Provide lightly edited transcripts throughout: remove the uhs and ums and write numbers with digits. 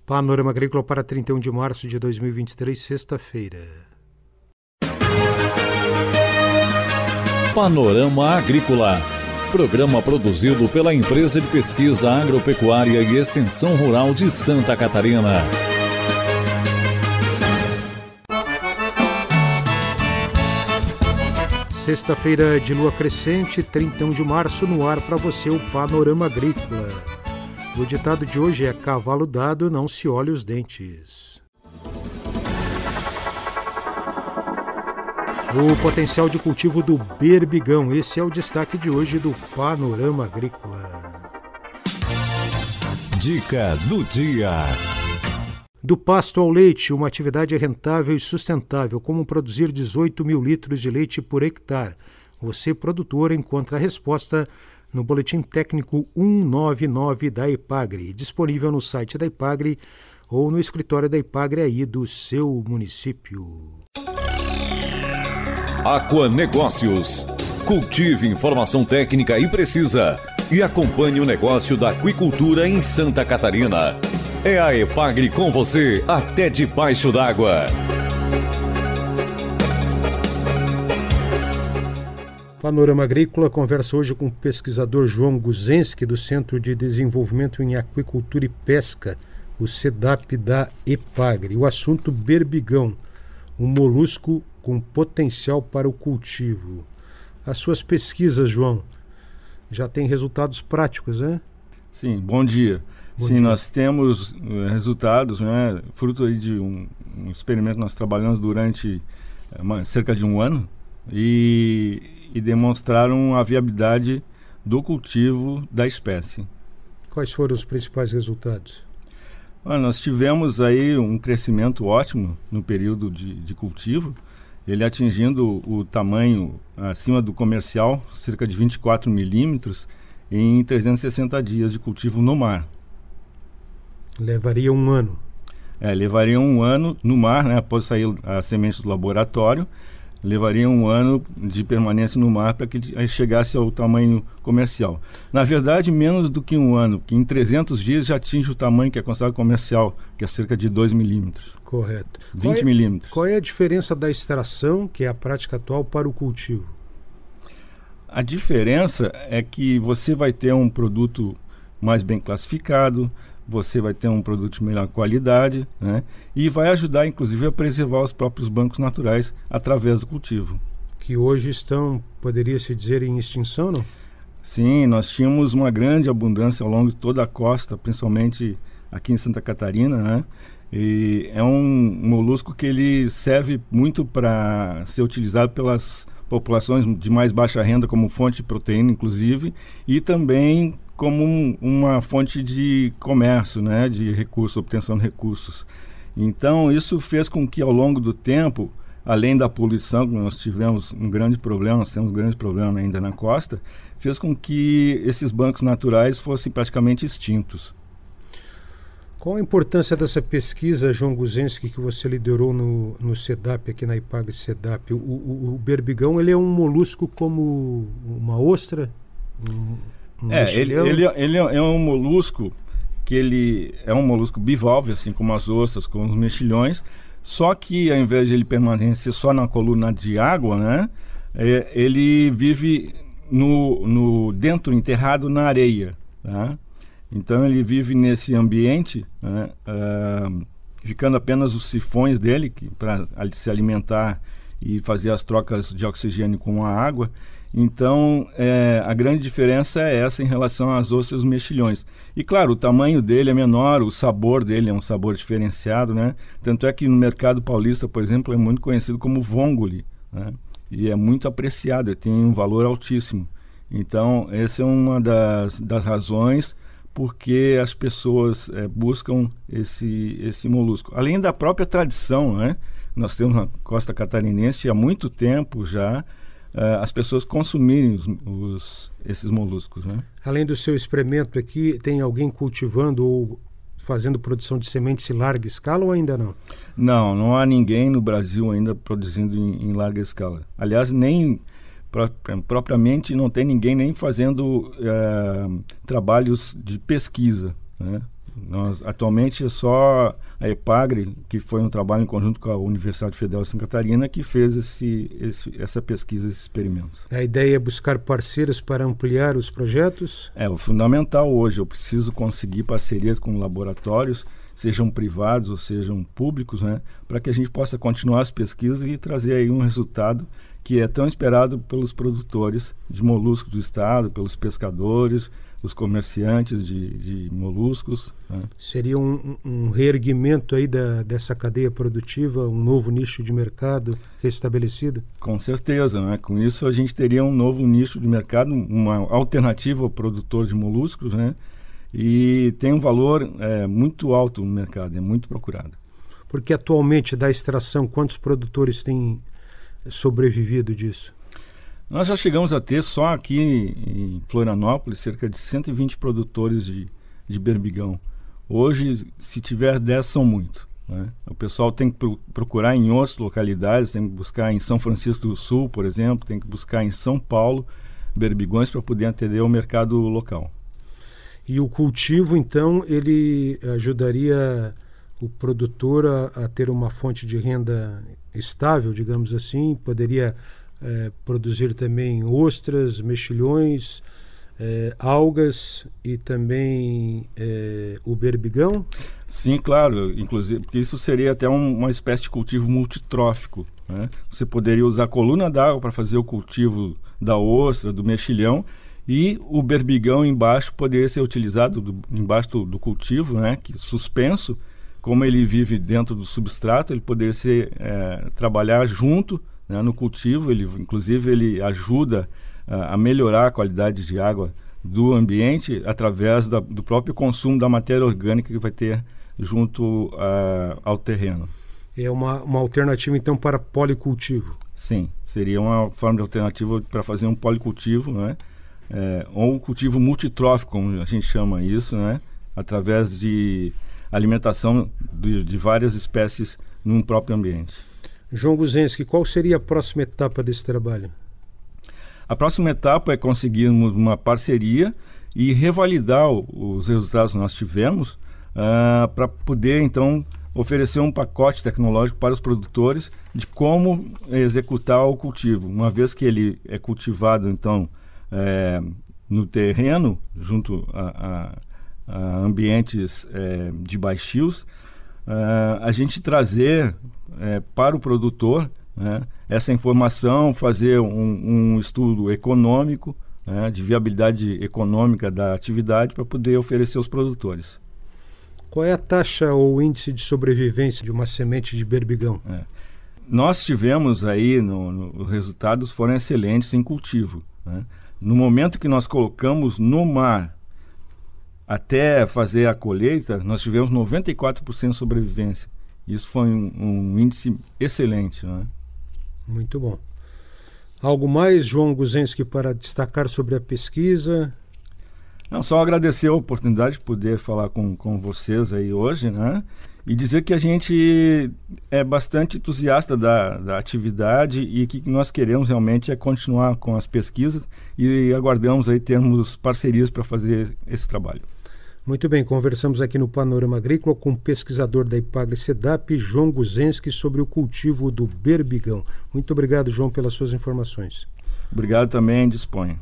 Panorama Agrícola para 31 de março de 2023, sexta-feira. Panorama Agrícola. Programa produzido pela Empresa de Pesquisa Agropecuária e Extensão Rural de Santa Catarina. Sexta-feira de lua crescente, 31 de março, no ar para você o Panorama Agrícola. O ditado de hoje é: cavalo dado, não se olhe os dentes. O potencial de cultivo do berbigão, esse é o destaque de hoje do Panorama Agrícola. Dica do dia. Do pasto ao leite, uma atividade rentável e sustentável, como produzir 18 mil litros de leite por hectare. Você, produtor, encontra a resposta no Boletim Técnico 199 da Epagre, disponível no site da Epagre ou no escritório da Epagre aí do seu município. Aquanegócios. Cultive informação técnica e precisa e acompanhe o negócio da aquicultura em Santa Catarina. É a Epagre com você até debaixo d'água. Panorama Agrícola conversa hoje com o pesquisador João Guzenski, do Centro de Desenvolvimento em Aquicultura e Pesca, o CEDAP da Epagre. O assunto berbigão, um molusco com potencial para o cultivo. As suas pesquisas, João, já têm resultados práticos, né? Sim, bom dia. Sim, nós temos resultados, né, fruto aí de um experimento que nós trabalhamos durante cerca de um ano e demonstraram a viabilidade do cultivo da espécie. Quais foram os principais resultados? Nós tivemos aí um crescimento ótimo no período de cultivo, ele atingindo o tamanho acima do comercial, cerca de 24 milímetros, em 360 dias de cultivo no mar. Levaria um ano? Levaria um ano no mar, né, após sair a semente do laboratório, levaria um ano de permanência no mar para que ele chegasse ao tamanho comercial. Na verdade, menos do que um ano, que em 300 dias já atinge o tamanho que é considerado comercial, que é cerca de 2 milímetros. Correto. 20 milímetros. Qual é a diferença da extração, que é a prática atual, para o cultivo? A diferença é que você vai ter um produto mais bem classificado, você vai ter um produto de melhor qualidade, né? E vai ajudar, inclusive, a preservar os próprios bancos naturais através do cultivo. Que hoje estão, poderia-se dizer, em extinção, não? Sim, nós tínhamos uma grande abundância ao longo de toda a costa, principalmente aqui em Santa Catarina, né? E é um molusco que ele serve muito para ser utilizado pelas populações de mais baixa renda como fonte de proteína, inclusive, e também como uma fonte de comércio, né, de recursos, obtenção de recursos. Então, isso fez com que, ao longo do tempo, além da poluição, que nós tivemos um grande problema, nós temos um grande problema ainda na costa, fez com que esses bancos naturais fossem praticamente extintos. Qual a importância dessa pesquisa, João Guzenski, que você liderou no CEDAP, aqui na Epagre CEDAP? O berbigão, ele é um molusco como uma ostra? Ele é um molusco que ele é um molusco bivalve, assim como as ostras, como os mexilhões, só que ao invés de ele permanecer só na coluna de água, né, ele vive dentro, enterrado na areia, tá? Então ele vive nesse ambiente, né, ficando apenas os sifões dele para se alimentar e fazer as trocas de oxigênio com a água. Então, a grande diferença é essa em relação às ostras mexilhões. E, claro, o tamanho dele é menor, o sabor dele é um sabor diferenciado, né? Tanto é que no mercado paulista, por exemplo, é muito conhecido como vongole, né? E é muito apreciado, tem um valor altíssimo. Então, essa é uma das razões porque as pessoas buscam esse molusco. Além da própria tradição, né? Nós temos na costa catarinense há muito tempo já as pessoas consumirem esses moluscos, né? Além do seu experimento aqui, tem alguém cultivando ou fazendo produção de sementes em larga escala ou ainda não? Não há ninguém no Brasil ainda produzindo em larga escala. Aliás, nem propriamente não tem ninguém nem fazendo trabalhos de pesquisa, né? Atualmente é só a EPAGRE, que foi um trabalho em conjunto com a Universidade Federal de Santa Catarina, que fez essa pesquisa, esse experimento. A ideia é buscar parceiros para ampliar os projetos? O fundamental hoje, eu preciso conseguir parcerias com laboratórios, sejam privados ou sejam públicos, né, para que a gente possa continuar as pesquisas e trazer aí um resultado que é tão esperado pelos produtores de moluscos do estado, pelos pescadores, os comerciantes de moluscos. Né? Seria um reerguimento aí dessa cadeia produtiva, um novo nicho de mercado restabelecido? Com certeza, né? Com isso a gente teria um novo nicho de mercado, uma alternativa ao produtor de moluscos, né? E tem um valor muito alto no mercado, é muito procurado. Porque atualmente da extração, quantos produtores têm sobrevivido disso? Nós já chegamos a ter só aqui em Florianópolis cerca de 120 produtores de berbigão. Hoje, se tiver 10, são muito. Né? O pessoal tem que procurar em outras localidades, tem que buscar em São Francisco do Sul, por exemplo, tem que buscar em São Paulo berbigões para poder atender o mercado local. E o cultivo, então, ele ajudaria o produtor a ter uma fonte de renda estável, digamos assim, poderia produzir também ostras, mexilhões, algas e também o berbigão? Sim, claro, inclusive, porque isso seria até uma espécie de cultivo multitrófico. Né? Você poderia usar a coluna d'água para fazer o cultivo da ostra, do mexilhão, e o berbigão embaixo poderia ser utilizado embaixo do cultivo, né, que suspenso. Como ele vive dentro do substrato, ele poderia trabalhar junto, né, no cultivo. Inclusive ele ajuda a melhorar a qualidade de água do ambiente através do próprio consumo da matéria orgânica que vai ter junto ao terreno. É uma alternativa então para policultivo? Sim, seria uma forma de alternativa para fazer um policultivo, né? Ou um cultivo multitrófico, como a gente chama isso, né? Através de alimentação de várias espécies num próprio ambiente. João Guzenski, qual seria a próxima etapa desse trabalho? A próxima etapa é conseguirmos uma parceria e revalidar os resultados que nós tivemos para poder, então, oferecer um pacote tecnológico para os produtores de como executar o cultivo. Uma vez que ele é cultivado, então, no terreno, junto a ambientes de baixios, a gente trazer para o produtor, né, essa informação, fazer um estudo econômico, né, de viabilidade econômica da atividade para poder oferecer aos produtores. Qual é a taxa ou índice de sobrevivência de uma semente de berbigão? Nós tivemos aí, os resultados foram excelentes em cultivo. Né? No momento que nós colocamos no mar, até fazer a colheita, nós tivemos 94% de sobrevivência. Isso foi um índice excelente. Né? Muito bom. Algo mais, João Guzenski, para destacar sobre a pesquisa? Não, só agradecer a oportunidade de poder falar com vocês aí hoje, né? E dizer que a gente é bastante entusiasta da atividade e que nós queremos realmente é continuar com as pesquisas e aguardamos aí termos parcerias para fazer esse trabalho. Muito bem, conversamos aqui no Panorama Agrícola com o pesquisador da EPAGRE-SEDAP, João Guzenski, sobre o cultivo do berbigão. Muito obrigado, João, pelas suas informações. Obrigado também, disponha.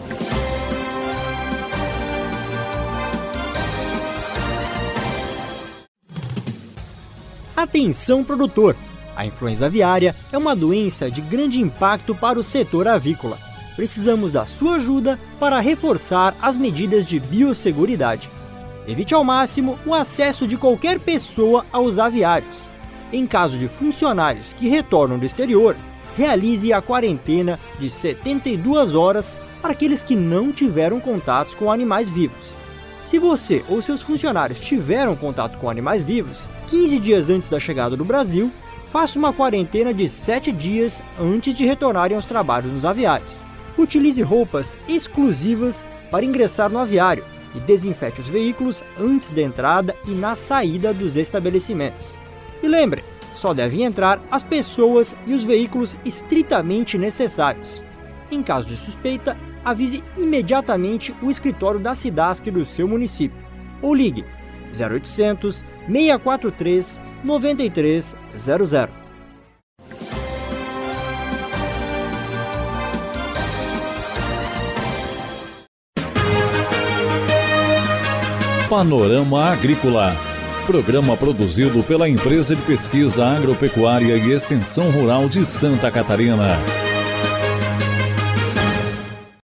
Atenção, produtor! A influenza aviária é uma doença de grande impacto para o setor avícola. Precisamos da sua ajuda para reforçar as medidas de biosseguridade. Evite ao máximo o acesso de qualquer pessoa aos aviários. Em caso de funcionários que retornam do exterior, realize a quarentena de 72 horas para aqueles que não tiveram contatos com animais vivos. Se você ou seus funcionários tiveram contato com animais vivos, 15 dias antes da chegada do Brasil, faça uma quarentena de 7 dias antes de retornarem aos trabalhos nos aviários. Utilize roupas exclusivas para ingressar no aviário e desinfete os veículos antes da entrada e na saída dos estabelecimentos. E lembre, só devem entrar as pessoas e os veículos estritamente necessários. Em caso de suspeita, avise imediatamente o escritório da SIDASC do seu município ou ligue 0800 643 9300. Panorama Agrícola, programa produzido pela Empresa de Pesquisa Agropecuária e Extensão Rural de Santa Catarina.